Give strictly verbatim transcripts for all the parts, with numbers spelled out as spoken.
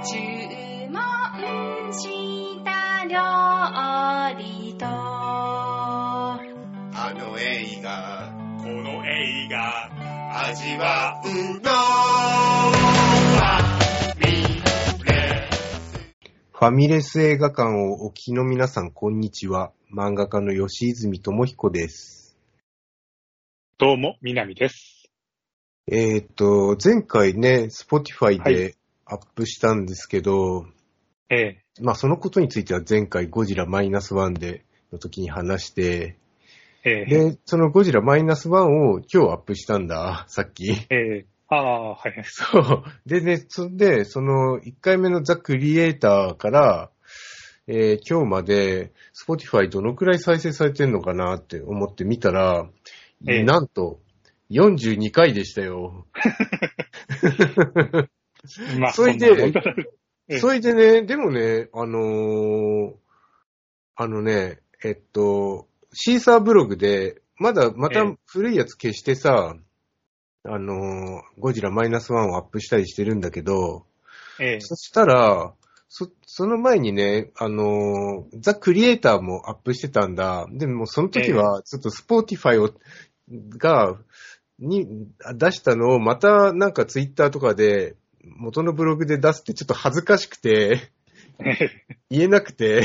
注文した料理とあの映画この映画味わうのファミレス映画館をお聞きの皆さん、こんにちは。漫画家の吉泉智彦です。 どうも、南です。 えっと、前回ね、Spotify でアップしたんですけど、はい、 ええ。 まあそのことについては前回ゴジラマイナスワンでの時に話して、ええ、で、そのゴジラマイナスワンを今日アップしたんだ、さっき。 ええ。ああ、はい。 そう。でね、そんで、そのいっかいめのザ・クリエイターから、えー、今日まで Spotify どのくらい再生されてんのかなって思って見たら、ええ、なんとよんじゅうにかいでしたよ。 まあ、 それで、 ええ、 それでね、でもね、あのー、あのね、えっと、シーサーブログで、まだ、また古いやつ消してさ、ええ、あのー、ゴジラマイナスワンをアップしたりしてるんだけど、ええ、そしたら、そ、その前にね、あのー、ザ・クリエイターもアップしてたんだ。でもその時は、ちょっとスポーティファイを、が、に、出したのをまたなんかツイッターとかで、元のブログで出すってちょっと恥ずかしくて、言えなくて、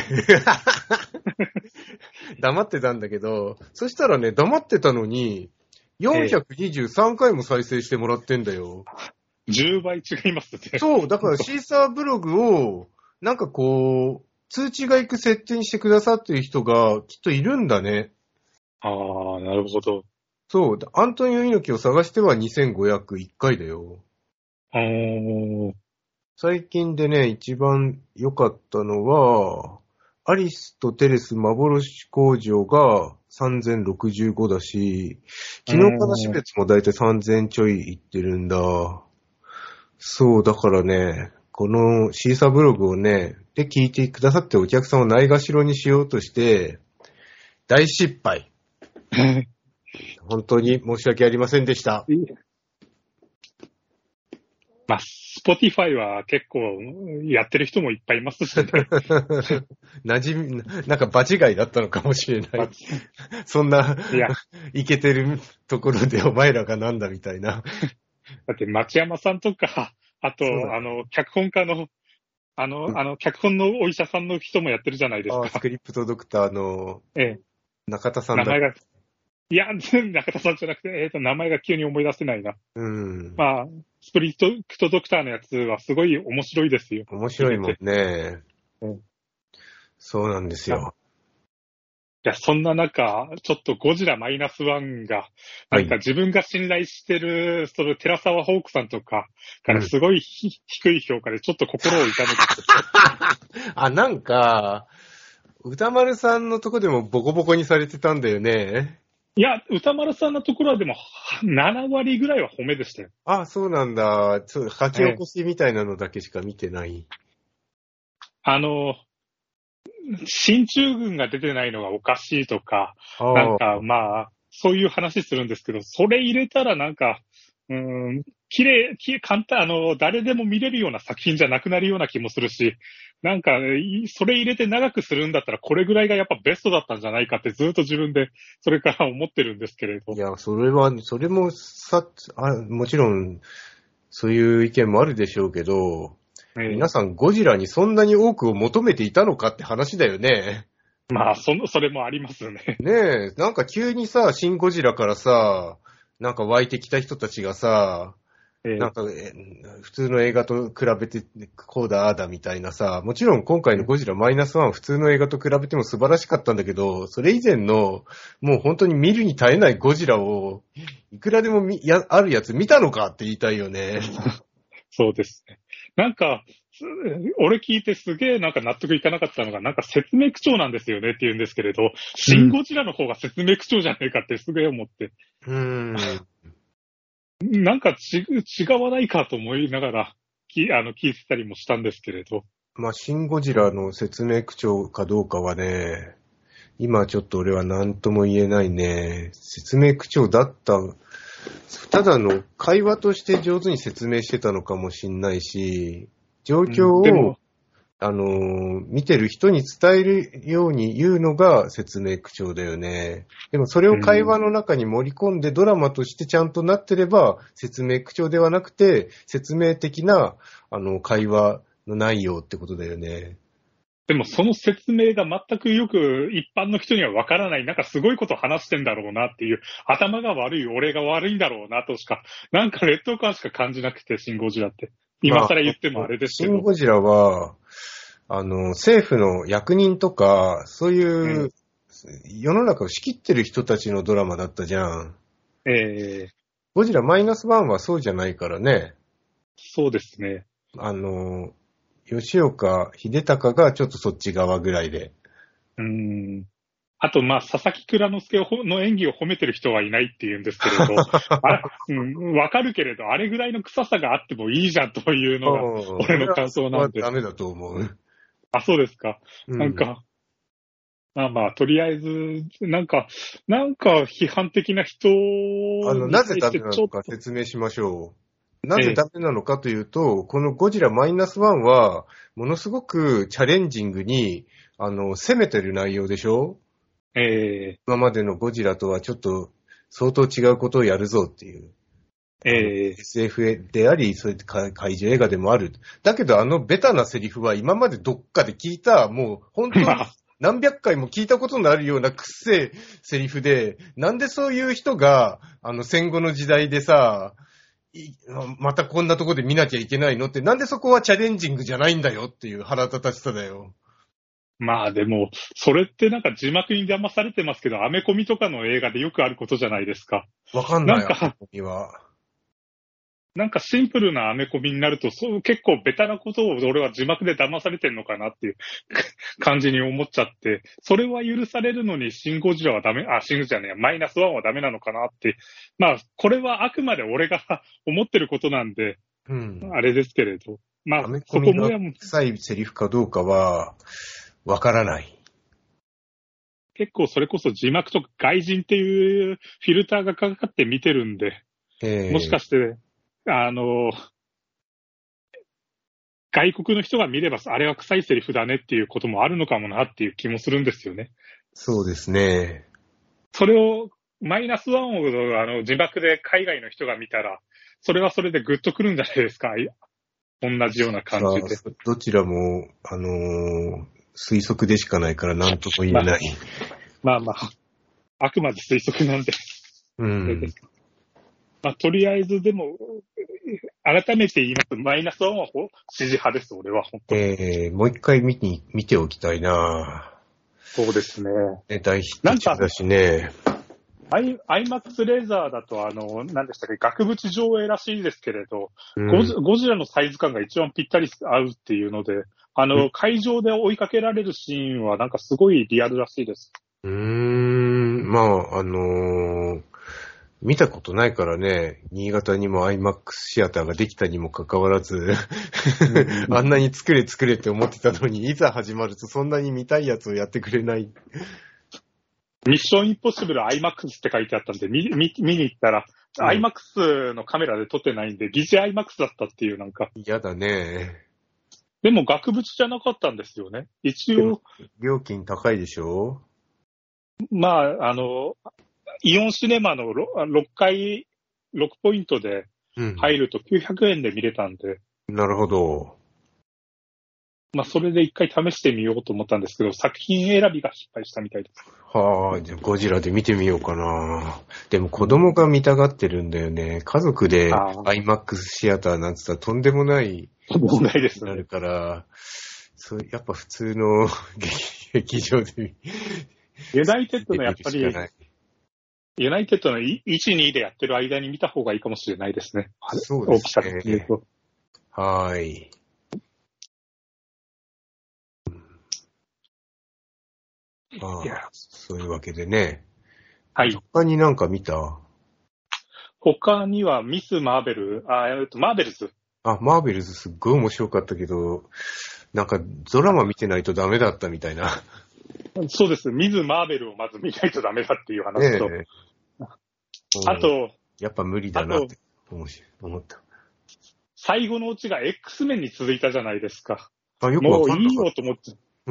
黙ってたんだけど、そしたらね、黙ってたのに、よんひゃくにじゅうさんかいも再生してもらってんだよ。 じゅうばい違いますね。 そう、だからシーサーブログを、なんかこう、通知が行く設定にしてくださってる人がきっといるんだね。 ああ、なるほど。 そう、アントニオ猪木を探してはにせんごひゃくいっかいだよ。 あー、 最近でね、一番良かったのは、アリスとテレス幻工場がさんぜんろくじゅうごだし、昨日からし別もだいたいさんぜんちょいいってるんだ。そう、だからね、このシーサーブログをね、で聞いてくださってお客さんをないがしろにしようとして、大失敗。本当に申し訳ありませんでした。 まあ、Spotify は結構やってる人もいっぱいいますしね。 馴染み、なんか場違いだったのかもしれない。そんな、いや、イケてるところでお前らがなんだみたいな。 だって町山さんとか、あと、あの、脚本家の、あの、うん、あの、脚本のお医者さんの人もやってるじゃないですか。 あ、スクリプトドクターの、ええ、中田さんだ。 名前が、いや、中田さんじゃなくて、えっと、名前が急に思い出せないな。うん。まあ、スクリプトドクターのやつはすごい面白いですよ。 面白いもんね。うん、そうなんですよ。 いや、そんな中、ちょっとゴジラマイナスワンが、なんか自分が信頼してる、その寺沢ホークさんとかからすごい、うん、低い評価でちょっと心を痛めてあ、なんか、歌丸さんのとこでもボコボコにされてたんだよね。 いや、歌丸さんのところはでもななわりぐらいは褒めでしたよ。 あ、そうなんだ。ちょっと書き起こしみたいなのだけしか見てない。ええ、あの、進駐軍が出てないのがおかしいとか、なんかまあ、そういう話するんですけど、それ入れたらなんか、うーん、綺麗、綺麗、簡単、あの、誰でも見れるような作品じゃなくなるような気もするし、なんか、それ入れて長くするんだったら、これぐらいがやっぱベストだったんじゃないかってずっと自分で、それから思ってるんですけれど。 いや、それは、それもさ、あ、もちろん、そういう意見もあるでしょうけど、皆さんゴジラにそんなに多くを求めていたのかって話だよね。 まあ、その、それもありますね。 ねえ、なんか急にさ、シンゴジラからさ、なんか湧いてきた人たちがさ、えー、なんか、え普通の映画と比べてこうだああだみたいなさ、もちろん今回のゴジラマイナスワン普通の映画と比べても素晴らしかったんだけど、それ以前のもう本当に見るに耐えないゴジラをいくらでもみやあるやつ見たのかって言いたいよね。 そうですね。なんか、俺聞いてすげえなんか納得いかなかったのが、なんか説明口調なんですよねって言うんですけれど、シンゴジラの方が説明口調じゃねえかってすげえ思って。うーん。なんかち違わないかと思いながら、きあの聞いてたりもしたんですけれど。 まあ、シンゴジラの説明口調かどうかはね、今ちょっと俺は何とも言えないね。説明口調だった。ただの会話として上手に説明してたのかもしんないし、 状況を、 うん、でもあのー、見てる人に伝えるように言うのが説明口調だよね。でもそれを会話の中に盛り込んでドラマとしてちゃんとなってれば、説明口調ではなくて、説明的な、あの、会話の内容ってことだよね。 でもその説明が全くよく一般の人にはわからない、なんかすごいこと話してんだろうなっていう、頭が悪い、俺が悪いんだろうなとしか、なんか劣等感しか感じなくて、シン・ゴジラって。今更言ってもあれですけど。 シン・ゴジラは、あの、政府の役人とか、そういう、うん、世の中を仕切ってる人たちのドラマだったじゃん。 ええー。 ゴジラマイナスワンはそうじゃないからね。 そうですね。 あの、吉岡秀隆がちょっとそっち側ぐらいで。 うーん。あと、まあ、佐々木蔵之介の演技を褒めてる人はいないって言うんですけれど、あうん、わかるけれど、あれぐらいの臭さがあってもいいじゃんというのが、俺の感想なんで。 ダメだと思う。 あ、そうですか。 うん、 なんか、まあまあ、とりあえず、なんか、なんか批判的な人あの、なぜダメなのか説明しましょう。なぜダメなのかというと、ええ、このゴジラマイナスワンは、ものすごくチャレンジングに、あの、攻めてる内容でしょ？ ええ。 今までのゴジラとはちょっと相当違うことをやるぞっていう。 ええ。 エスエフ であり、そういった怪獣映画でもある。だけどあのベタなセリフは今までどっかで聞いた、もう本当に何百回も聞いたことのあるようなくっせえセリフで、なんでそういう人が、あの戦後の時代でさ、またこんなとこで見なきゃいけないのって、なんでそこはチャレンジングじゃないんだよっていう腹立たしさだよ。 まあでも、それってなんか字幕に騙されてますけど、アメコミとかの映画でよくあることじゃないですか。 わかんない。 なんか、 アメコミは。 なんかシンプルなアメコミになると、そう結構ベタなことを俺は字幕で騙されてんのかなっていう感じに思っちゃって、それは許されるのにシン・ゴジラはダメ、あ、シン・ゴジラね、マイナスワンはダメなのかなって。まあ、これはあくまで俺が思ってることなんで、うん、あれですけれど。まあ、 アメコミの臭いセリフかどうかは、わからない。 結構それこそ字幕とか外人っていうフィルターがかかって見てるんで、えー、もしかして、あの、外国の人が見れば、あれは臭いセリフだねっていうこともあるのかもなっていう気もするんですよね。 そうですね。 それを、マイナスワンをあの字幕で海外の人が見たら、それはそれでグッとくるんじゃないですか。同じような感じで。 どちらも、あのー、推測でしかないから何とも言えない。 まあまあ、まあ、あくまで推測なんで。 うん。 まあ、とりあえずでも、改めて言いますと、マイナスワンは支持派です、俺は本当に。 えー、もう一回見に、見ておきたいな。 そうですね。 ね、大ヒット中だしね。 アイ、アイマックス レーザーだと、あの、何でしたっけ、額縁上映らしいですけれど、うん、ゴジ、ゴジラのサイズ感が一番ぴったり合うっていうので、あの、うん、会場で追いかけられるシーンはなんかすごいリアルらしいです。 うーん、まあ、あのー、見たことないからね、新潟にも アイマックス シアターができたにもかかわらず、あんなに作れ作れって思ってたのに、いざ始まるとそんなに見たいやつをやってくれない。 ミッションインポッシブル アイマックス って書いてあったんで、見、見、見に行ったら、うん、アイマックス のカメラで撮ってないんで、疑似 アイマックス だったっていうなんか。 嫌だね。 でも額縁じゃなかったんですよね。一応。 料金高いでしょ？ まあ、あの、イオンシネマの ろっかい、ろくポイントで入るときゅうひゃくえんで見れたんで。 うん、なるほど。 まあ、それで一回試してみようと思ったんですけど、作品選びが失敗したみたいです。 はあ、じゃあゴジラで見てみようかな。でも子供が見たがってるんだよね。家族で アイマックス シアターなんて言ったらとんでもない。 とんでもないですね。 なるから、そう、やっぱ普通の劇場で。 ユナイテッドのやっぱり、ユナイテッドのいち、にでやってる間に見た方がいいかもしれないですね。 そうですね。 大きさで言うと。 はい。ああ、そういうわけでね。 はい。 他になんか見た？ 他にはミス・マーベル、あ、えっと、マーベルズ。 あ、マーベルズすっごい面白かったけど、なんかドラマ見てないとダメだったみたいな。 そうです。ミズ・マーベルをまず見ないとダメだっていう話と。ねえ、あと、 やっぱ無理だなって思った。 最後のオチが X メンに続いたじゃないですか。 あ、よくわもういいかんなかっよと思って。 た。うん。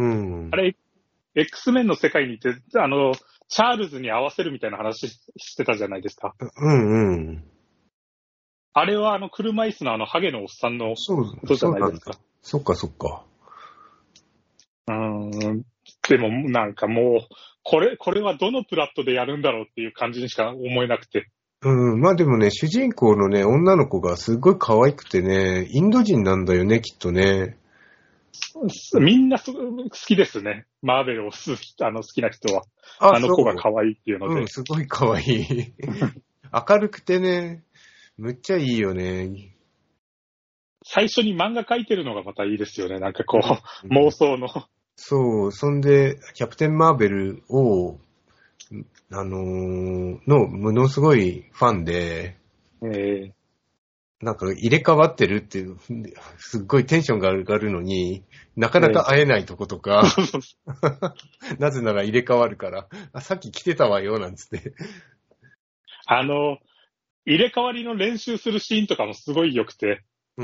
あれ、X メンの世界にいて、あの、チャールズに合わせるみたいな話してたじゃないですか。 うんうん。 あれはあの車椅子のあのハゲのおっさんのことじゃないですか。 そっかそっか。 うーん。でもなんかもう、これ、これはどのプラットでやるんだろうっていう感じにしか思えなくて。 うん、まあでもね、主人公のね、女の子がすごい可愛くてね、インド人なんだよね、きっとね。 みんな好きですね。マーベルをすあの好きな人は。あ, あの子が可愛いっていうので。 うん、すごい可愛い。明るくてね、むっちゃいいよね。 最初に漫画描いてるのがまたいいですよね。なんかこう、うん、妄想の。 そう、そんで、キャプテンマーベルを、あのー、の、ものすごいファンで、 えー、 なんか入れ替わってるっていう、すっごいテンションが上がるのに、なかなか会えないとことか、えー、なぜなら入れ替わるから、あ、さっき来てたわよ、なんつって。 あの、入れ替わりの練習するシーンとかもすごい良くて。 うん。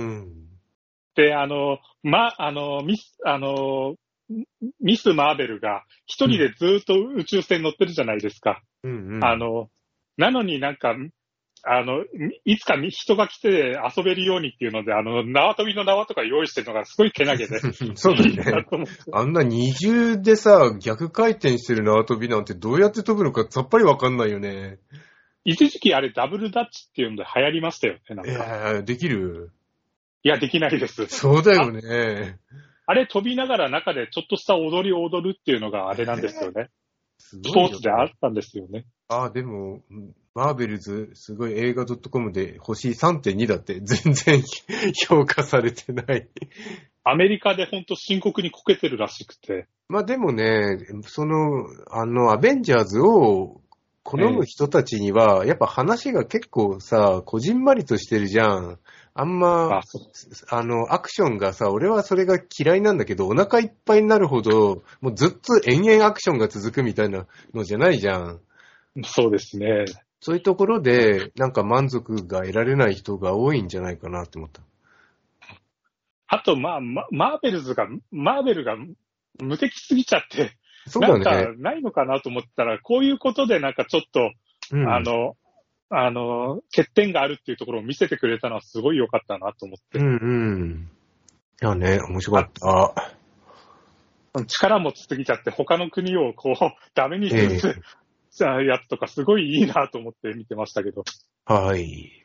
で、あの、ま、あの、ミス、あの、ミス・マーベルが一人でずっと宇宙船乗ってるじゃないですか。 うんうん、 あの、なのになんか、あの、いつか人が来て遊べるようにっていうので、あの、縄跳びの縄とか用意してるのがすごいけなげで。 そうだね。あんな二重でさ、逆回転してる縄跳びなんてどうやって飛ぶのかさっぱりわかんないよね。 一時期あれダブルダッチっていうので流行りましたよね、なんか。 いや、できる？ いや、できないです。 そうだよね。 あれ飛びながら中でちょっとした踊りを踊るっていうのがあれなんですよね。スポーツであったんですよね。 ああ、でも、マーベルズ、すごい映画 .com で星 さんてんに だって、全然評価されてない。 アメリカでほんと深刻にこけてるらしくて。 まあでもね、その、あの、アベンジャーズを好む人たちには、やっぱ話が結構さ、こじんまりとしてるじゃん。あんま、あ, あの、アクションがさ、俺はそれが嫌いなんだけど、お腹いっぱいになるほど、もうずっと延々アクションが続くみたいなのじゃないじゃん。 そうですね。 そういうところで、なんか満足が得られない人が多いんじゃないかなって思った。 あと、まあ、マーベルズが、マーベルが無敵すぎちゃって、 そうだね、 なんかないのかなと思ったら、こういうことでなんかちょっと、うん、あの、あの、欠点があるっていうところを見せてくれたのはすごい良かったなと思って。 うんうん。いやね、面白かった。 力持ちすぎちゃって他の国をこう、ダメにする、えー、やつとかすごいいいなと思って見てましたけど。 はい。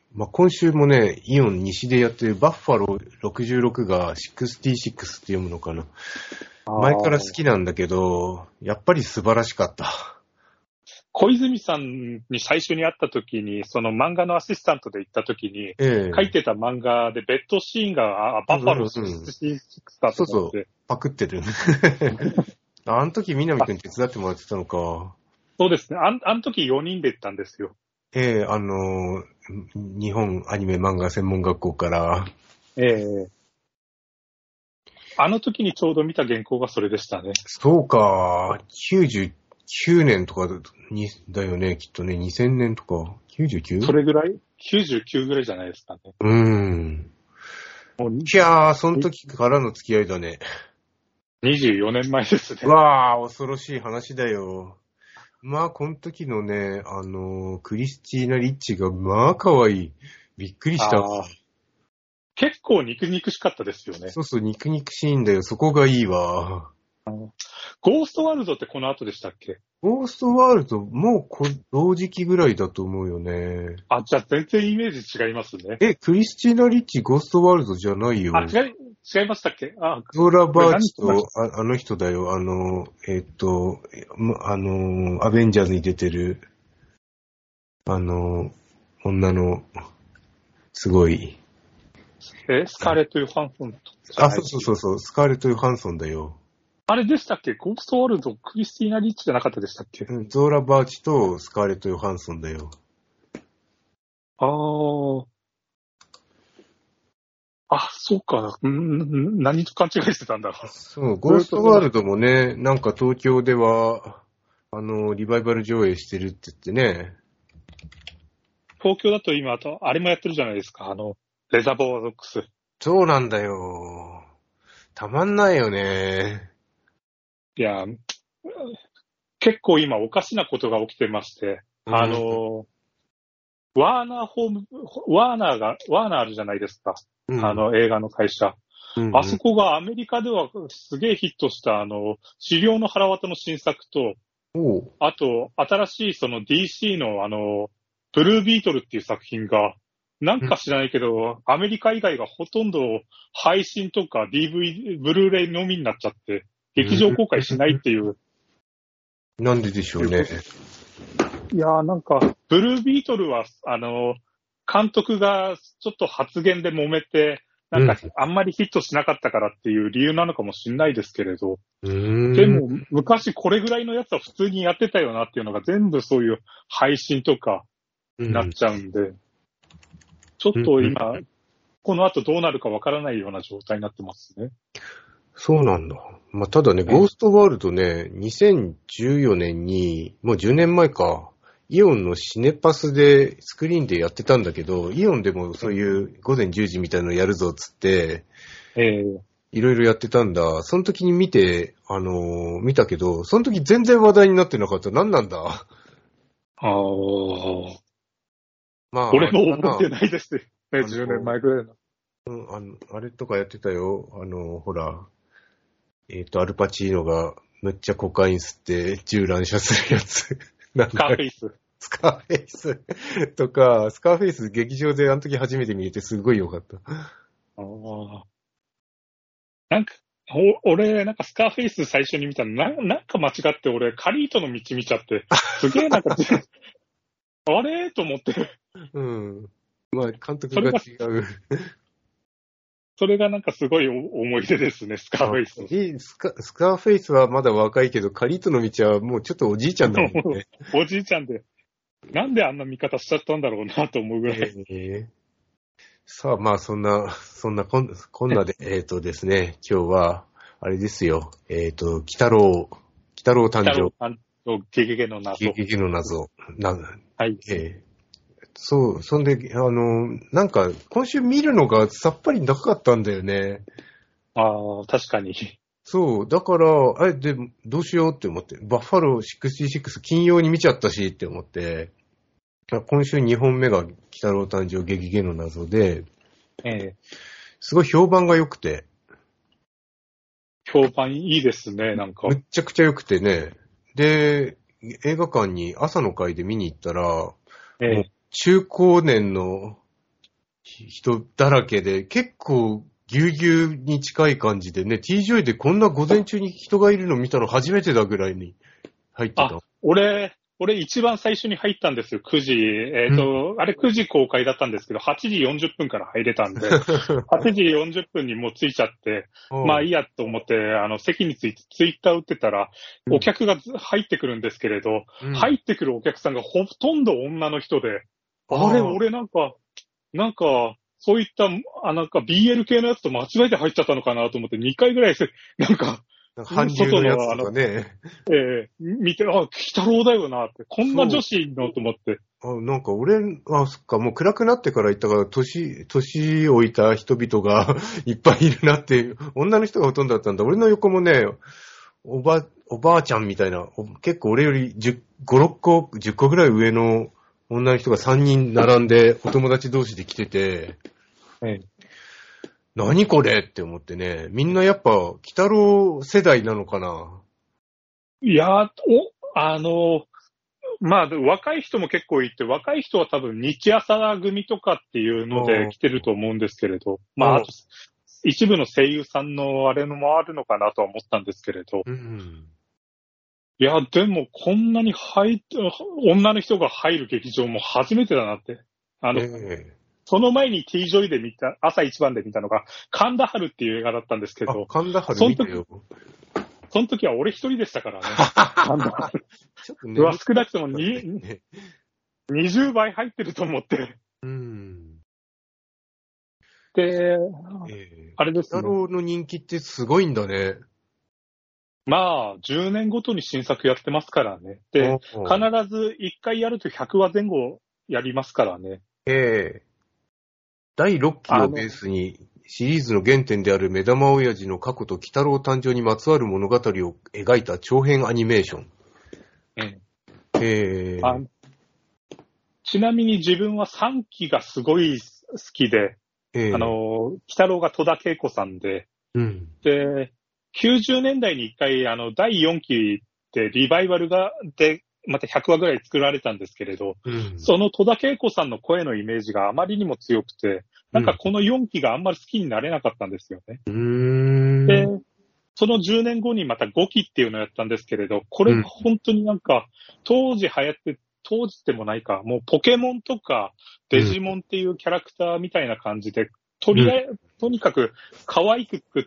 まあ、今週もね、イオン西でやってるバッファローろくじゅうろくがろくじゅうろくって読むのかな。前から好きなんだけど、やっぱり素晴らしかった。 小泉さんに最初に会った時に、その漫画のアシスタントで行った時に、えー、書いてた漫画でベッドシーンがバッファローろくじゅうろくだと思って。そうそう、 パクってる。あの時、南くん手伝ってもらってたのか。 そうですね。あん、あの時よにんで行ったんですよ。 ええー、あの、日本アニメ漫画専門学校から。 ええー。あの時にちょうど見た原稿がそれでしたね。 そうか。きゅうじゅうきゅうねんとかにだよね、きっとね。にせんねんとか。きゅうじゅうきゅう? それぐらい ?きゅうじゅうきゅうぐらいじゃないですかね。 うーん。いやー、その時からの付き合いだね。 にじゅうよねんまえですね。 うわー、恐ろしい話だよ。まあ、この時のね、あのー、クリスティーナ・リッチが、まあ、可愛い。びっくりした。 結構肉肉しかったですよね。 そうそう、肉肉しいんだよ。そこがいいわ。 ゴーストワールドってこの後でしたっけ？ ゴーストワールド、もうこ同時期ぐらいだと思うよね。 あ、じゃあ全然イメージ違いますね。 え、クリスティーナ・リッチ、ゴーストワールドじゃないよ。 あ、違い、違いましたっけ？あ、 ゾーラ・バーチとあ、あの人だよ。あの、えっと、あの、アベンジャーズに出てる、あの、女の、すごい。 え、スカーレット・ヨハンソンと。 あ、そうそうそうそう、スカーレット・ヨハンソンだよ。 あれでしたっけ？ゴーストワールド、クリスティーナ・リッチじゃなかったでしたっけ？ うん、ゾーラ・バーチとスカーレット・ヨハンソンだよ。 あー。あ、そうか。んん何と勘違いしてたんだろう。 そう、ゴーストワールドもね、なんか東京では、あの、リバイバル上映してるって言ってね。 東京だと今、あと、あれもやってるじゃないですか。あの、 レザボードックス。 そうなんだよ。たまんないよね。 いや、結構今おかしなことが起きてまして、うん、あの、ワーナーホーム、ワーナーが、ワーナーあるじゃないですか。うん、あの映画の会社。うんうん、あそこがアメリカではすげえヒットしたあの、資料の腹渡の新作と、あと、新しいその ディーシー のあの、ブルービートルっていう作品が、なんか知らないけど、うん、アメリカ以外がほとんど配信とか ディーブイディー、ブルーレイのみになっちゃって、劇場公開しないっていう。 なんででしょうね。 いやーなんか、ブルービートルは、あの、監督がちょっと発言で揉めて、なんかあんまりヒットしなかったからっていう理由なのかもしれないですけれど、 うん、 でも昔これぐらいのやつは普通にやってたよなっていうのが全部そういう配信とかになっちゃうんで、うん、ちょっと今、うん、この後どうなるかわからないような状態になってますね。 そうなんだ。まあ、ただね、ゴーストワールドね、にせんじゅうよねんに、もうじゅうねんまえか、イオンのシネパスでスクリーンでやってたんだけど、イオンでもそういう午前じゅうじみたいなのやるぞっつって、 ええ、 いろいろやってたんだ。その時に見て、あのー、見たけど、その時全然話題になってなかった。何なんだ。ああ。まあ。俺も覚えてないですね。じゅうねんまえぐらいの。 うん、あの、あれとかやってたよ。あの、ほら、えっと、アルパチーノがむっちゃコカイン吸って銃乱射するやつ。 スカーフェイス。 スカーフェイスとか、スカーフェイス劇場であの時初めて見れてすごい良かった。ああ。なんか、お俺、なんかスカーフェイス最初に見たの、ななんか間違って俺、カリートの道見ちゃって、すげえなんか、あれと思って。 うん。まあ、監督が違う。 それがなんかすごい思い出ですね、スカーフェイス。 いいスカ、スカーフェイスはまだ若いけど、カリートの道はもうちょっとおじいちゃんだもんね。 おじいちゃんで。なんであんな見方しちゃったんだろうなと思うぐらい。 えー、さあ、まあそんな、そんなこん、こんなで、えっとですね、今日は、あれですよ、えっと、鬼太郎、鬼太郎誕生。鬼太郎ゲゲゲの謎。 ゲゲゲの謎。な、 はい。 えーそう、そんで、あの、なんか、今週見るのがさっぱりなかったんだよね。 ああ、確かに。 そう、だから、あれで、どうしようって思って、バッファローろくじゅうろく金曜に見ちゃったしって思って、今週にほんめが鬼太郎誕生ゲゲゲの謎で、 ええ、 すごい評判が良くて。 評判いいですね、なんか。 めっちゃくちゃ良くてね。で、映画館に朝の回で見に行ったら、 ええ、 もう中高年の人だらけで、結構ぎゅうぎゅうに近い感じでね、ティージョイ でこんな午前中に人がいるの見たの初めてだぐらいに入ってた。 あ、俺、俺一番最初に入ったんですよ、くじ。えっと、あれくじ公開だったんですけど、はちじよんじゅっぷんから入れたんで、はちじよんじゅっぷんにもう着いちゃって、まあいいやと思って、あの、席についてツイッター打ってたら、お客が入ってくるんですけれど、うん、入ってくるお客さんがほとんど女の人で、あれ、俺なんか、なんか、そういった、あ、なんか ビーエル 系のやつと間違えて入っちゃったのかなと思ってにかいぐらい、なんか、 韓流のやつとかね。 ええー、見て、あ、鬼太郎だよなって、こんな女子のと思って。 あ、なんか俺、あ、そっか、もう暗くなってから行ったから、年、年老いた人々がいっぱいいるなっていう、女の人がほとんどだったんだ。俺の横もね、おば、おばあちゃんみたいな、結構俺よりじゅうご、ろっこ、じゅっこぐらい上の女の人がさんにん並んで、お友達同士で来てて、 ええ、 何これって思ってね。みんなやっぱ、鬼太郎世代なのかな。 いや、お、あの、まあ、若い人も結構いて、若い人は多分日朝組とかっていうので来てると思うんですけれど、まあ、あと、一部の声優さんのあれのもあるのかなとは思ったんですけれど、 うん、 いや、でもこんなに入っ、女の人が入る劇場も初めてだなって。あの、えーその前に T ジョイで見た、朝一番で見たのが、神田春っていう映画だったんですけど、 神田春見たよ。 その時は俺一人でしたからね。神田春。ちょっとね。うわ、少なくともに、にじゅうばい入ってると思って。 うん。 で、えー、あれですね。 鬼太郎の人気ってすごいんだね。 まあ、じゅうねんごとに新作やってますからね。で、必ずいっかいやるとひゃくわぜん後やりますからね。 ええー。 だいろっきをベースに、シリーズの原点である目玉親父の過去と鬼太郎誕生にまつわる物語を描いた長編アニメーション。 うん。 えー、 あちなみに自分はさんきがすごい好きで、 えー、 あの、鬼太郎が戸田恵子さんで、 うん、 で、きゅうじゅうねんだいにいっかい、あの、だいよんきでリバイバルが、で、またひゃくわぐらい作られたんですけれど、 うん、 その戸田恵子さんの声のイメージがあまりにも強くて、なんかこのよんきがあんまり好きになれなかったんですよね。 うーん、 で、そのじゅうねんごにまたごきっていうのをやったんですけれど、これが本当になんか、当時流行って、当時でもないか、もうポケモンとかデジモンっていうキャラクターみたいな感じで、とりあえず、とにかく可愛く作って、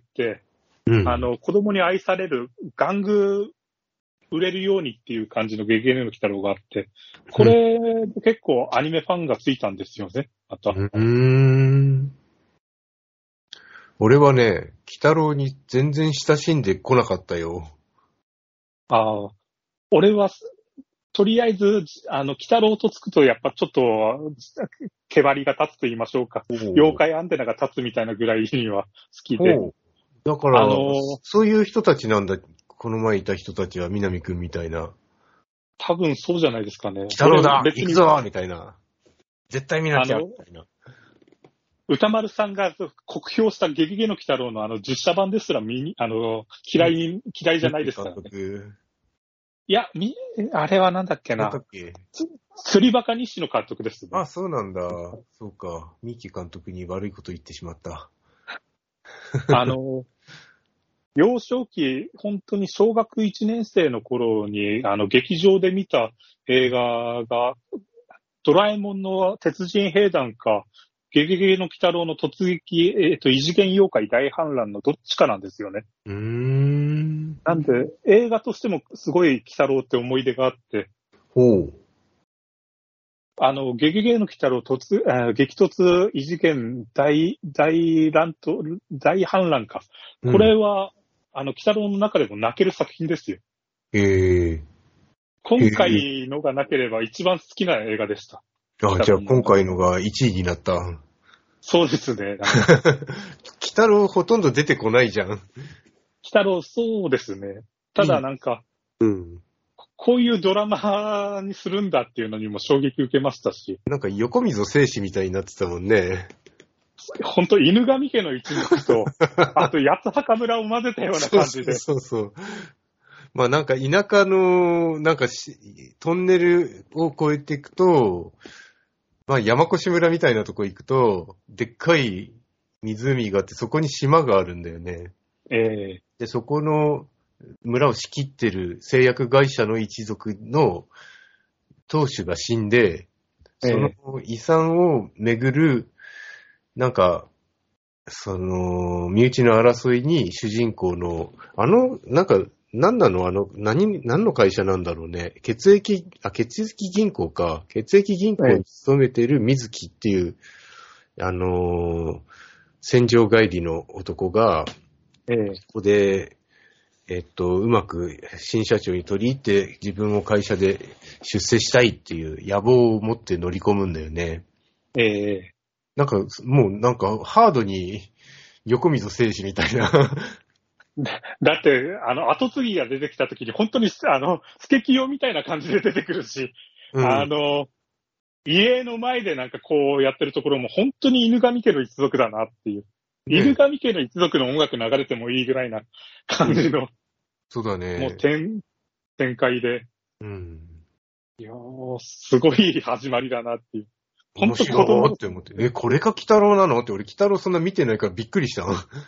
うん、 あの、子供に愛される玩具売れるようにっていう感じのゲゲゲの鬼太郎があって、これ、結構アニメファンがついたんですよね、また。 うーん。俺はね、鬼太郎に全然親しんでこなかったよ。 ああ、俺は、とりあえず、あの、鬼太郎とつくと、やっぱちょっと、毛張りが立つと言いましょうか。妖怪アンテナが立つみたいなぐらいには好きで。 だから、 あのー、 そういう人たちなんだ。この前いた人たちは、南くんみたいな。 多分そうじゃないですかね。 鬼太郎だ別に行くぞみたいな。絶対見なきゃみたいな。 歌丸さんが酷評したゲゲゲの鬼太郎のあの実写版ですら見に、あの、嫌いに、嫌いじゃないですからね。いや、み、あれはなんだっけな。 なんだっけ釣りバカ日誌の監督です、ね。 あ、そうなんだ。そうか。三木監督に悪いこと言ってしまった。 あの、幼少期、本当に小学いちねん生の頃に、あの、劇場で見た映画が、ドラえもんの鉄人兵団か、ゲゲゲの鬼太郎の突撃、えっと、異次元妖怪大反乱のどっちかなんですよね。 うーん。 なんで、映画としてもすごい鬼太郎って思い出があって、 ほう。 あの、ゲゲゲの鬼太郎突、えー、激突異次元大、大乱と、大反乱か。これは、うん、あの、鬼太郎の中でも泣ける作品ですよ。 へえ。 今回のがなければ一番好きな映画でした。 あ、じゃあ今回のがいちいになった。 そうですね。 鬼太郎ほとんど出てこないじゃん。鬼太郎、そうですね。ただなんか、 うん、 こういうドラマにするんだっていうのにも衝撃受けましたし。 なんか横溝正史みたいになってたもんね。 ほんと犬神家の一族と、あと八幡村を混ぜたような感じで。 そうそうそう。まあなんか田舎の、なんかトンネルを越えていくと、まあ山越村みたいなとこ行くと、でっかい湖があって、そこに島があるんだよね。 ええー、で、そこの村を仕切ってる製薬会社の一族の当主が死んで、その遺産をめぐる、なんか、その、身内の争いに主人公の、あの、なんか、何なのあの、何、何の会社なんだろうね。血液、あ、血液銀行か。血液銀行に勤めてる水木っていう、ええ、あのー、戦場帰りの男が、 ええ、 ここで、えっと、うまく新社長に取り入って自分を会社で出世したいっていう野望を持って乗り込むんだよね。 ええ。 なんか、もうなんかハードに横溝正史みたいな。 だって、あの、後継ぎが出てきたときに、本当に、あの、スケキヨみたいな感じで出てくるし、うん、あの、家の前でなんかこうやってるところも、本当に犬神家の一族だなっていう。ね、犬神家の一族の音楽流れてもいいぐらいな感じの。 そうだね。 もう展、展開で。 うん。 いやー、すごい始まりだなっていう。 面白いって思って。え、これが鬼太郎なのって、俺鬼太郎そんな見てないからびっくりした。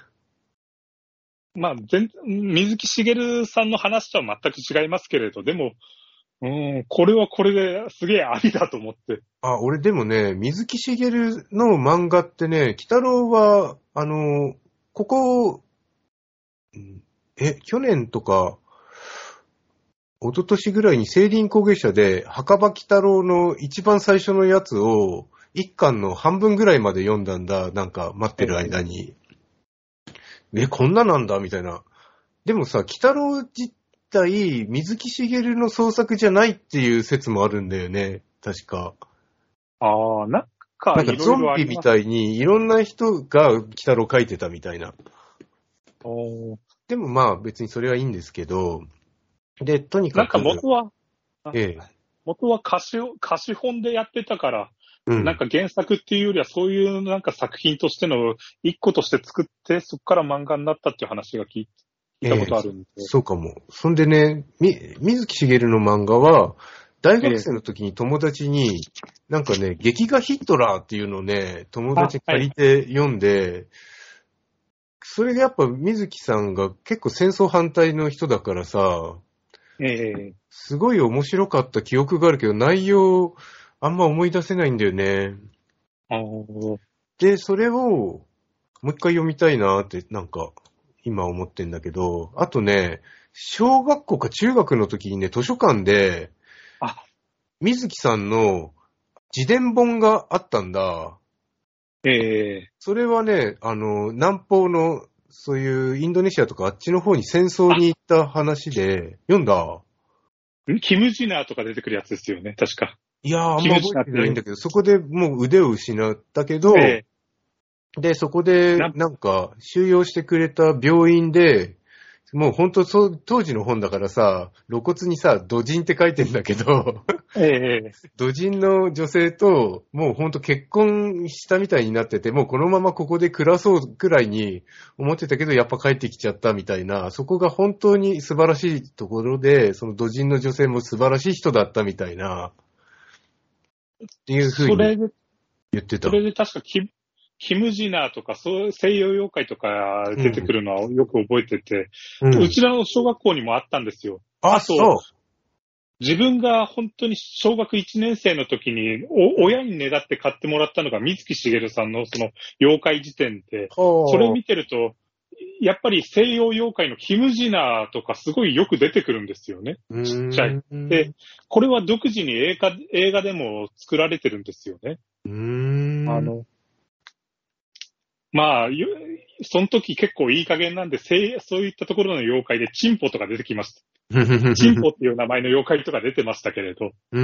まあ、全、水木しげるさんの話とは全く違いますけれど、でも、うん、これはこれですげえありだと思って。 あ、俺でもね、水木しげるの漫画ってね、鬼太郎は、あの、ここ、え、去年とか、一昨年ぐらいに聖林工芸社で、墓場鬼太郎の一番最初のやつを、一巻の半分ぐらいまで読んだんだ、なんか待ってる間に。え、こんななんだみたいな。でもさ、鬼太郎自体、水木しげるの創作じゃないっていう説もあるんだよね。確か。 ああ、なんか、 なんかゾンビみたいにいろんな人が鬼太郎描いてたみたいな。 おでもまあ別にそれはいいんですけど、で、とになんかかく。 元は、 ええ、 元は歌詞、歌詞本でやってたから、 うん、 なんか原作っていうよりはそういうなんか作品としての一個として作って、そこから漫画になったっていう話が聞い聞いたことあるんで、 ええ、そうかも。そんでね、み、水木しげるの漫画は、大学生の時に友達に、なんかね、劇画ヒットラーっていうのをね、友達に借りて読んで、それがやっぱ水木さんが結構戦争反対の人だからさ、 ええすごい面白かった記憶があるけど、内容あんま思い出せないんだよね。 あーで、それをもう一回読みたいなってなんか今思ってんだけど、あとね、小学校か中学の時にね、図書館で、 あ、 水木さんの自伝本があったんだ。 ええそれはね、あの、南方の、そういうインドネシアとかあっちの方に戦争に行った話で、読んだ。 キムジナーとか出てくるやつですよね、確か。 いやー、あんま覚えてないんだけど、そこでもう腕を失ったけど、 えで、そこでななんか収容してくれた病院で、もうほんとそう当時の本だからさ、露骨にさ、土人って書いてんだけど、 ええ土人の女性ともうほんと結婚したみたいになってて、もうこのままここで暮らそうくらいに思ってたけど、やっぱ帰ってきちゃったみたいな、そこが本当に素晴らしいところで、その土人の女性も素晴らしい人だったみたいな、っていうふうにそれで、 言ってた。 それで確かキ、キムジナーとか、そう西洋妖怪とか出てくるのはよく覚えてて、 う、 うんちらの小学校にもあったんですよ。 あ、 あとそう。 自分が本当に小学いちねん生の時に、お親にねだって買ってもらったのが水木しげるさんのその妖怪辞典で、それを見てると、やっぱり西洋妖怪のキムジナーとかすごいよく出てくるんですよね。ちっちゃい。で、これは独自に映画、映画でも作られてるんですよね。 うーん。 あの、まあ、ゆその時結構いい加減なんで、せいそういったところの妖怪でチンポとか出てきました。チンポっていう名前の妖怪とか出てましたけれど。 うん。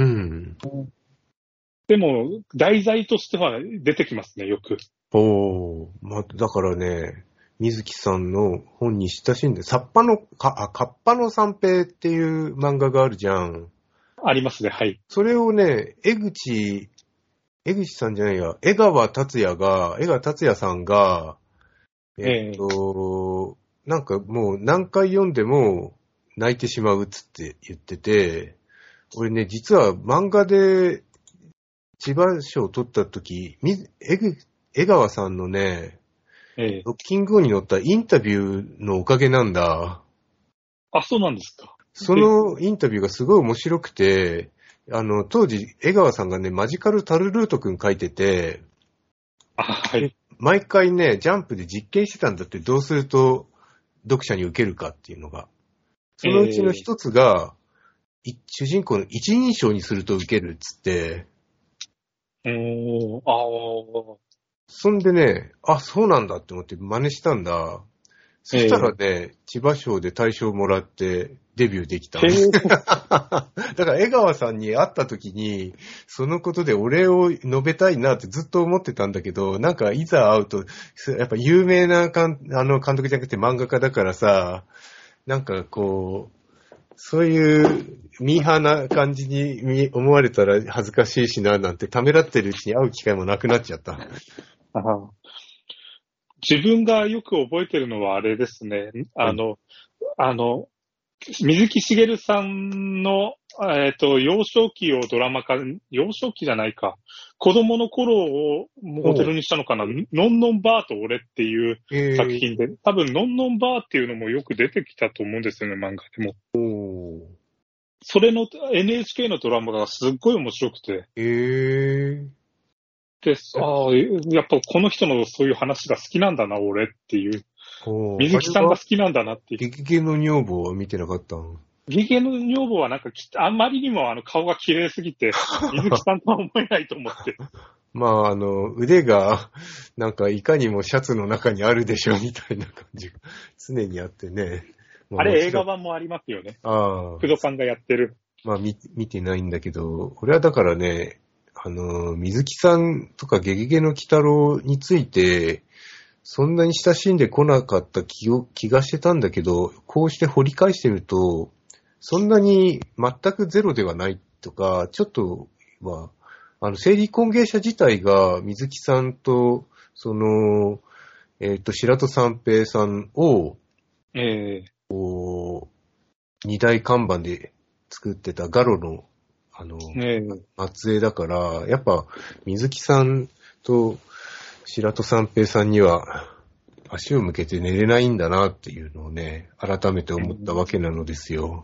でも、題材としては出てきますね、よく。 おー。まあ、だからね、水木さんの本に親しんで、サッパの、か、あ、カッパの三平っていう漫画があるじゃん。 ありますね、はい。 それをね、江口、江口さんじゃないや、江川達也が、江川達也さんが、えっと、なんかもう何回読んでも泣いてしまうっつって言ってて、俺ね、実は漫画で千葉賞を取った時、み江ぐ江川さんのね、 ええロッキング号に載ったインタビューのおかげなんだ。 あ、そうなんですか。 そのインタビューがすごい面白くて、あの、当時、江川さんがね、マジカルタルルートくん書いてて、 あ、はい。 毎回ね、ジャンプで実験してたんだって、どうすると読者に受けるかっていうのが。そのうちの一つが、い主人公の一人称にすると受けるっつって、 おー、あーそんでね、あ、そうなんだって思って真似したんだ。そしたらね、千葉賞で大賞もらってデビューできた。 へーだから江川さんに会った時に、そのことでお礼を述べたいなってずっと思ってたんだけど、なんかいざ会うと、やっぱ有名な監あの監督じゃなくて漫画家だからさ、なんかこう、そういうミーハーな感じに思われたら恥ずかしいしななんてためらってるうちに会う機会もなくなっちゃった。 あー自分がよく覚えてるのはあれですね。あの、あの、水木しげるさんの、えっと、幼少期をドラマ化、幼少期じゃないか。子供の頃をモデルにしたのかな。のんのんばーと俺っていう作品で、多分のんのんばーっていうのもよく出てきたと思うんですよね、漫画でも。 おー。 それの エヌエイチケー のドラマがすっごい面白くて。 へー。 で、ああ、やっぱこの人のそういう話が好きなんだな、俺っていう。水木さんが好きなんだなっていう。 ゲゲゲの女房は見てなかったの？ ゲゲの女房はなんか、あんまりにもあの顔が綺麗すぎて、水木さんとは思えないと思って。 まあ、あの、腕が、なんかいかにもシャツの中にあるでしょみたいな感じが常にあってね。まあ、 あれ映画版もありますよね。 ああ。 工藤さんがやってる。 まあ見、見てないんだけど、俺はだからね、 あの、水木さんとかゲゲゲの鬼太郎について、そんなに親しんでこなかった気を、気がしてたんだけど、こうして掘り返してみると、そんなに全くゼロではないとか、ちょっとは、あの、生理工芸者自体が水木さんと、その、えっと、白戸三平さんを、 ええこう、二大看板で作ってたガロの、あの、 ええ末裔だから、やっぱ、水木さんと白戸三平さんには、足を向けて寝れないんだなっていうのをね、改めて思ったわけなのですよ。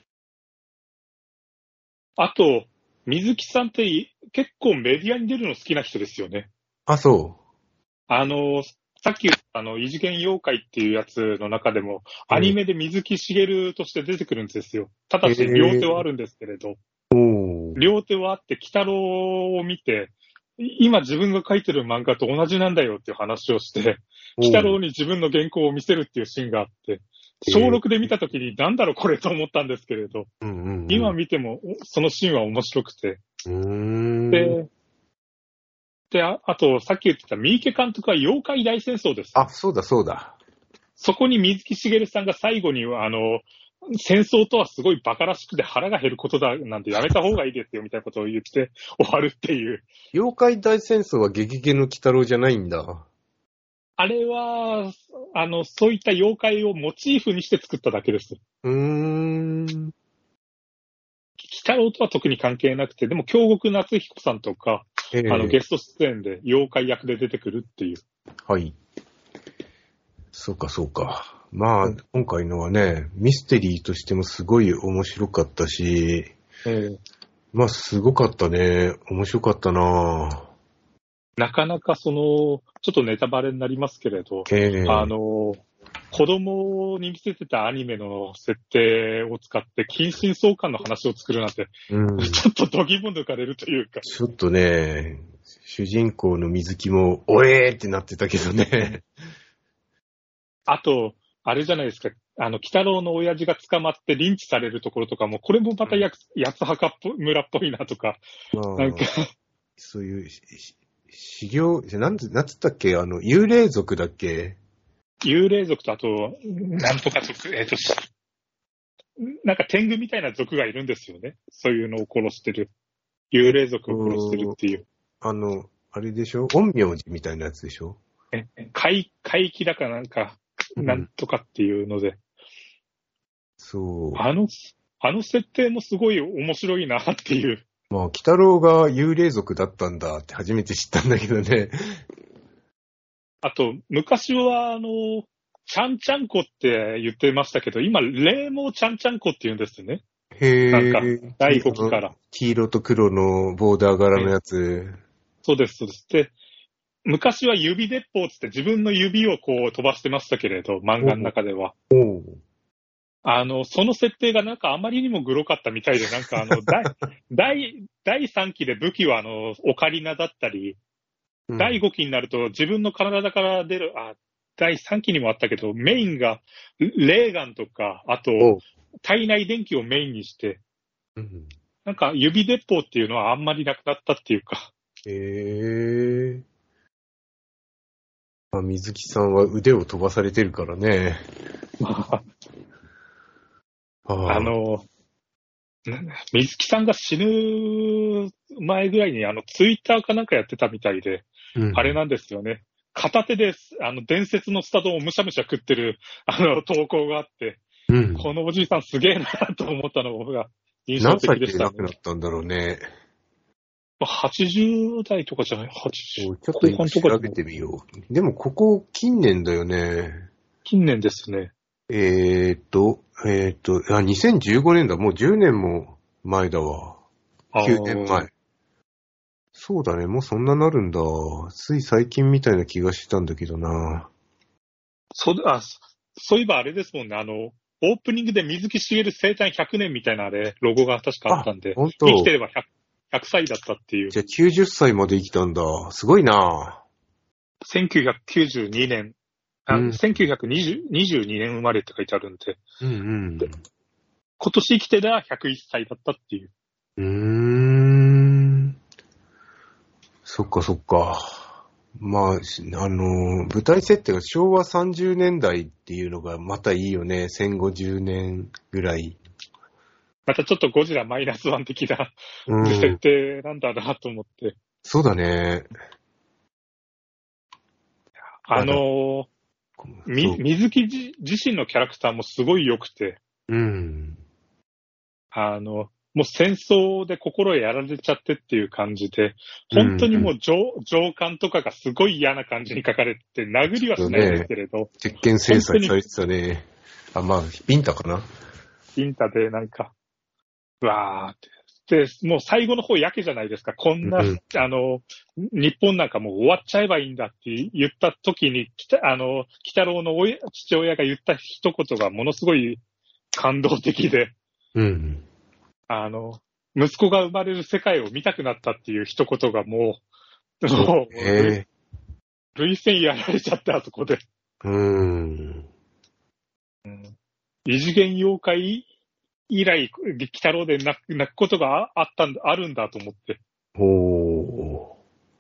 あと、水木さんって結構メディアに出るの好きな人ですよね。 あ、そあの、さっき言ったあの、異次元妖怪っていうやつの中でも、 うんアニメで水木しげるとして出てくるんですよ。ただし、両手はあるんですけれど、 う。おー。 両手はあって、鬼太郎を見て、今自分が描いてる漫画と同じなんだよっていう話をして、鬼太郎に自分の原稿を見せるっていうシーンがあって、小ろくで見たときになんだろうこれと思ったんですけれど、 うんうんうん、 今見てもそのシーンは面白くて、 うーん。 で、で、ああと、さっき言ってた三池監督は妖怪大戦争です。 あ、そうだそうだ。 そこに水木しげるさんが最後に、あの、戦争とはすごい馬鹿らしくて腹が減ることだなんてやめた方がいいですよみたいなことを言って終わるっていう。 妖怪大戦争はゲゲゲの鬼太郎じゃないんだ。 あれは、あの、そういった妖怪をモチーフにして作っただけです。 うーん。 鬼太郎とは特に関係なくて、でも京極夏彦さんとか、 えー、 あの、ゲスト出演で妖怪役で出てくるっていう。 はい。そうかそうか。まあ、今回のはね、ミステリーとしてもすごい面白かったし、 えー、 まあ、すごかったね。面白かったななかなかその、ちょっとネタバレになりますけれど、 えー、 あの、子供に見せてたアニメの設定を使って近親相関の話を作るなんて、 うん、 ちょっと度肝抜かれるというか。 ちょっとね、主人公の水木も、おえーってなってたけどね。 あと、あれじゃないですか、あの、鬼太郎の親父が捕まってリンチされるところとかも、これもまたやつ、八つ墓っぽ村っぽいなとか、 まあ、 なんかそういうし、し修行、なんつ、なんつったっけあの、幽霊族だっけ幽霊族とあと、なんとか族、えっ、と、しなんか天狗みたいな族がいるんですよね。そういうのを殺してる。幽霊族を殺してるっていう。 あの、あれでしょ陰陽師みたいなやつでしょえ、怪、怪奇だかなんか、なんとかっていうので。 そう。 あの、あの設定もすごい面白いなっていう。 まあ、鬼太郎が幽霊族だったんだって初めて知ったんだけどね。 あと、昔は、あの、ちゃんちゃんこって言ってましたけど、今、霊毛ちゃんちゃんこって言うんですよね。 へなんかー。 だいごきから。 黄色と黒のボーダー柄のやつ。 そうです、そうです。で、昔は指鉄砲つって自分の指をこう飛ばしてましたけれど、漫画の中では。 おうあの、その設定がなんかあまりにもグロかったみたいで、なんかあの、第、第、第さんきで武器はあの、オカリナだったり、 うんだいごきになると自分の体から出る、あ、だいさんきにもあったけど、メインがレーガンとか、あと、 おう体内電気をメインにして、 うんなんか指鉄砲っていうのはあんまりなくなったっていうか。 へー。まあ、水木さんは腕を飛ばされてるからね。ああの、水木さんが死ぬ前ぐらいにあのツイッターかなんかやってたみたいで、 うん、 あれなんですよね。片手であの伝説のスタ丼をむしゃむしゃ食ってるあの投稿があって、 うん、 このおじいさんすげえなと思ったのが印象何歳的でしたね。 で亡くなったんだろうね。 はちじゅう代とかじゃない ?はちじゅうちょっと今調べてみよう。でもここ近年だよね。 近年ですね。 えーっと、えーっと、あ、にせんじゅうごねんだ。もうじゅうねんも前だわ。きゅうねんまえ。そうだね。もうそんななるんだ。つい最近みたいな気がしてたんだけどな。 そ、あ、そういえばあれですもんね。あの、オープニングで水木しげる生誕ひゃくねんみたいなあれ、ロゴが確かあったんで、 本当生きてれば ひゃく, ひゃくさいだったっていう。 じゃあきゅうじゅっさいまで生きたんだ。すごいな。 せんきゅうひゃくきゅうじゅうにねん、あ、うん、せんきゅうひゃくにじゅうにねん生まれって書いてあるんで、 うんうん、 で今年生きてたらひゃくいっさいだったっていう。 うーん。 そっかそっか。まあ、しあの、舞台設定がしょうわさんじゅうねんだいっていうのがまたいいよね。戦後じゅうねんぐらい。 またちょっとゴジラマイナスワン的なうん。 設定なんだなと思って。 そうだね。 あのー、みそう水木じ自身のキャラクターもすごい良くて、 うん。 あの、もう戦争で心やられちゃってっていう感じで、本当にもう上、上官とかがすごい嫌な感じに書かれて、殴りはしないんですけれど、 鉄拳制裁されてたね。あ、まあ、ビンタかな。 インタでなんか、うわーって。で、もう最後の方やけじゃないですか。こんな、 うんあの、日本なんかもう終わっちゃえばいいんだって言った時に、きたあの、鬼太郎の親父親が言った一言がものすごい感動的で、 うん。 あの、息子が生まれる世界を見たくなったっていう一言がもう、 そうもう、 ね。 涙腺やられちゃってあそこで。 うん。 うん異次元妖怪以来、鬼太郎で泣く泣くことがあったんだ、あるんだと思って。 お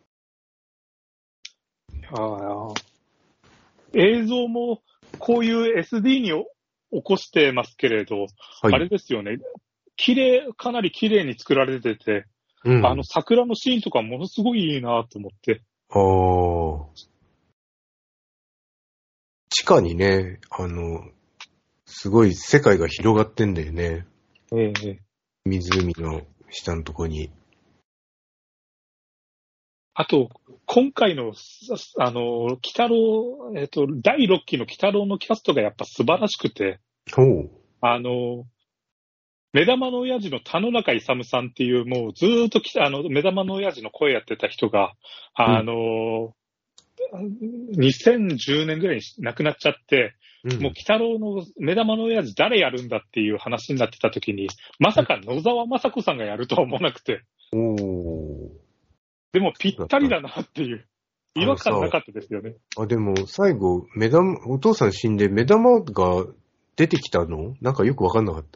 ー。 ああ映像もこういう エスディー に起こしてますけれど、 はい。 あれですよね。綺麗、かなり綺麗に作られてて、 うん、 あの桜のシーンとかものすごいいいなと思って。 ああ。地下にね、あの、すごい世界が広がってんだよね。 ええ湖の下のとこに。 あと、今回の、あの、鬼太郎、えっと、だいろっきの鬼太郎のキャストがやっぱ素晴らしくて、 ほう。 あの、目玉の親父の田野中勇さんっていう、もうずーっときあの、目玉の親父の声やってた人が、あの、にせんじゅうねんぐらいに亡くなっちゃって、 うん、 もう鬼太郎の目玉の親父誰やるんだっていう話になってた時に、まさか野沢雅子さんがやるとは思わなくて、 おー。 でもぴったりだなっていう、違和感なかったですよね。 あ、でも最後、目玉、お父さん死んで目玉が出てきたのなんかよくわかんなかった。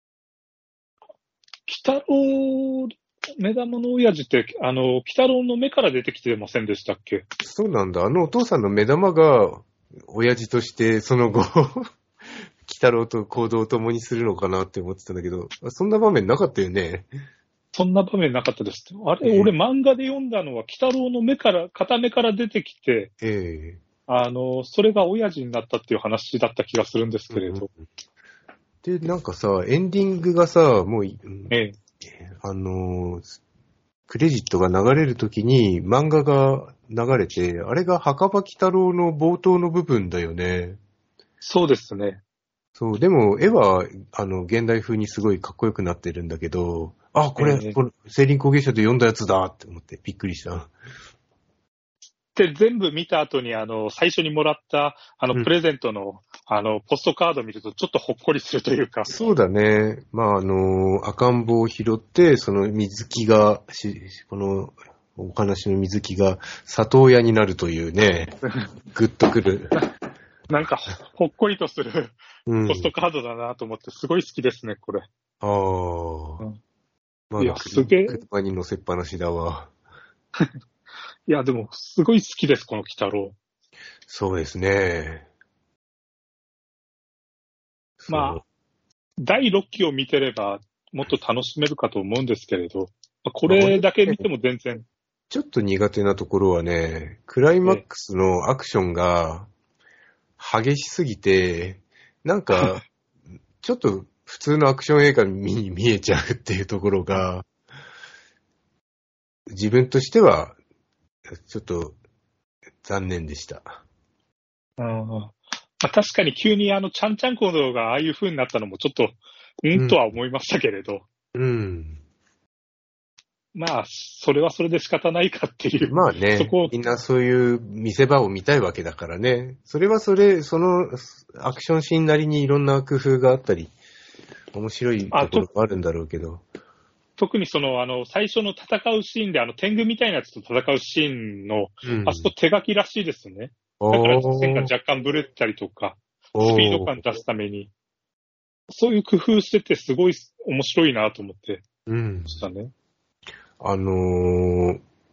鬼太郎、目玉の親父って、あの、鬼太郎の目から出てきてませんでしたっけ？ そうなんだ。あのお父さんの目玉が、親父としてその後、鬼太郎と行動を共にするのかなって思ってたんだけど、そんな場面なかったよね。 そんな場面なかったです。あれ、 ええ俺漫画で読んだのは、鬼太郎の目から、片目から出てきて、 ええあの、それが親父になったっていう話だった気がするんですけれど。 で、なんかさ、エンディングがさ、もう、 ええ、 あのー、クレジットが流れるときに漫画が流れて、あれが墓場鬼太郎の冒頭の部分だよね。 そうですね。 そう、でも絵は、あの、現代風にすごいかっこよくなってるんだけど、あ、これ、 ええこれ、聖林工芸社で読んだやつだって思ってびっくりした。 で、全部見た後に、あの、最初にもらった、あの、 うんプレゼントの、あの、ポストカードを見ると、ちょっとほっこりするというか。 そうだね。まあ、あの、赤ん坊を拾って、その水木が、しこの、お話の水木が里親になるというね、グッとくる。 なんか、ほっこりとするうん。 ポストカードだなと思って、すごい好きですね、これ。 ああ。 うんまいやすげえ車に乗せっぱなしだわ。 いや、でも、すごい好きです、この鬼太郎。 そうですね。 まあ、だいろっきを見てれば、もっと楽しめるかと思うんですけれど、これだけ見ても全然。 ちょっと苦手なところはね、クライマックスのアクションが激しすぎて、なんか、ちょっと普通のアクション映画に見えちゃうっていうところが、自分としては、ちょっと残念でした。 うんまあ、確かに急にあの、ちゃんちゃんこの動画がああいう風になったのもちょっと、うんとは思いましたけれど。 うん。 まあ、それはそれで仕方ないかっていう。 まあねそこ、 みんなそういう見せ場を見たいわけだからね。それはそれ、そのアクションシーンなりにいろんな工夫があったり、面白いところがあるんだろうけど。 特にその、あの、最初の戦うシーンで、あの、天狗みたいなやつと戦うシーンの、 うん、 あそこ手書きらしいですね。だから線が若干ブレたりとか、スピード感出すために、そういう工夫しててすごい面白いなと思ってうんましたね。 あのー、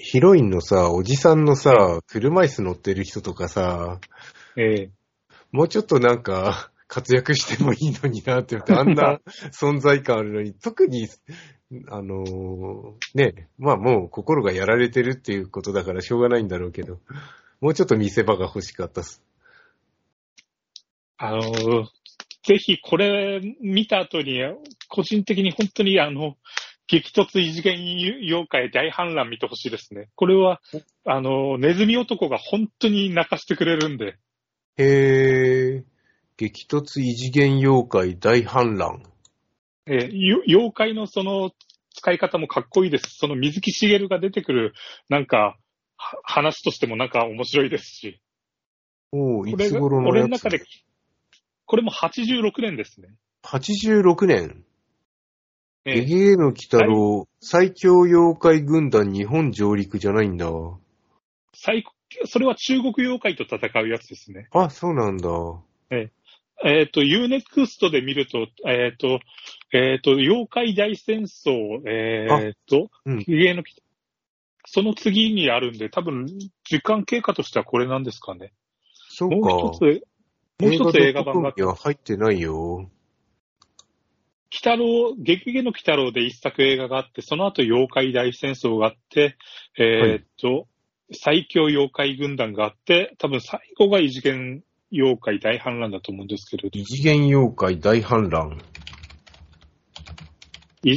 ヒロインのさ、おじさんのさ、車椅子乗ってる人とかさ、 ええ、 もうちょっとなんか、活躍してもいいのになって思って、あんな存在感あるのに、特に、あのー、ね、まあもう心がやられてるっていうことだからしょうがないんだろうけど、もうちょっと見せ場が欲しかったっす。 あのー、ぜひこれ見た後に、個人的に本当にあの、激突異次元妖怪大反乱見てほしいですね。これは、あの、ネズミ男が本当に泣かしてくれるんで。 へー、激突異次元妖怪大反乱。 えー、妖怪のその使い方もかっこいいです。その水木しげるが出てくる、なんか、話としてもなんか面白いですし。 おー、いつ頃のやつ？ 俺の中で、これもはちじゅうろくねんですね。 はちじゅうろくねん。 えー、 ゲゲゲの鬼太郎、最強妖怪軍団日本上陸じゃないんだ。 最それは中国妖怪と戦うやつですね。 あ、そうなんだ。 えー、えっ、ー、と、ユーネクストで見ると、えっ、ー、と、えっ、ー、と、妖怪大戦争、えっ、と、ゲゲゲの鬼太郎、その次にあるんで、多分、時間経過としてはこれなんですかね。 そうか。 もう一つ、もう一つ映画版があって。 いや、入ってないよ。 鬼太郎、ゲゲゲの鬼太郎で一作映画があって、その後妖怪大戦争があって、えー、っと、はい、最強妖怪軍団があって、多分最後が異次元妖怪大反乱だと思うんですけれど。 異次元妖怪大反乱。 い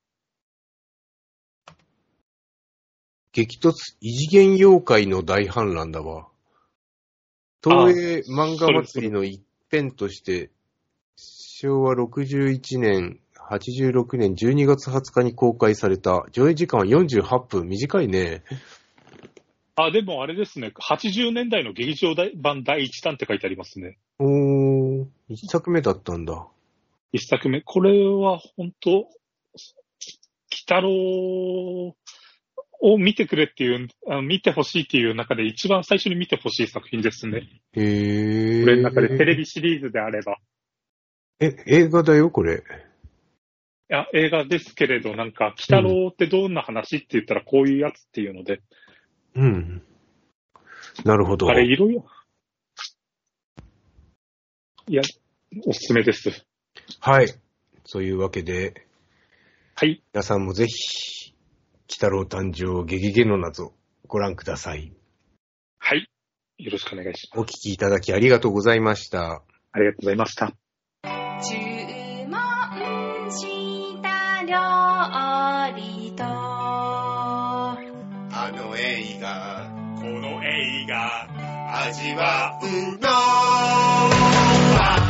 激突異次元妖怪の大反乱だわ。東映漫画祭りの一編として、しょうわろくじゅういちねん、はちじゅうろくねんじゅうにがつはつかに公開された。上映時間はよんじゅうはっぷん。短いね。 あ、でもあれですね。はちじゅうねんだいの劇場版だいいちだんって書いてありますね。 おー、一作目だったんだ。 一作目。これは本当、鬼太郎を見てくれっていう、あ見てほしいっていう中で一番最初に見てほしい作品ですね。 へー。 これの中でテレビシリーズであれば。 え、映画だよ、これ。 いや、映画ですけれど、なんか、鬼太郎ってどんな話って言ったらこういうやつっていうので。 うん。なるほど。 あれ、いろいろ。いや、おすすめです。 はい。そういうわけで。 はい。 皆さんもぜひ、鬼太郎誕生ゲゲゲの謎、ご覧ください。 はい。よろしくお願いします。 お聞きいただきありがとうございました。 ありがとうございました。 注文した料理とあの映画この映画味わうのは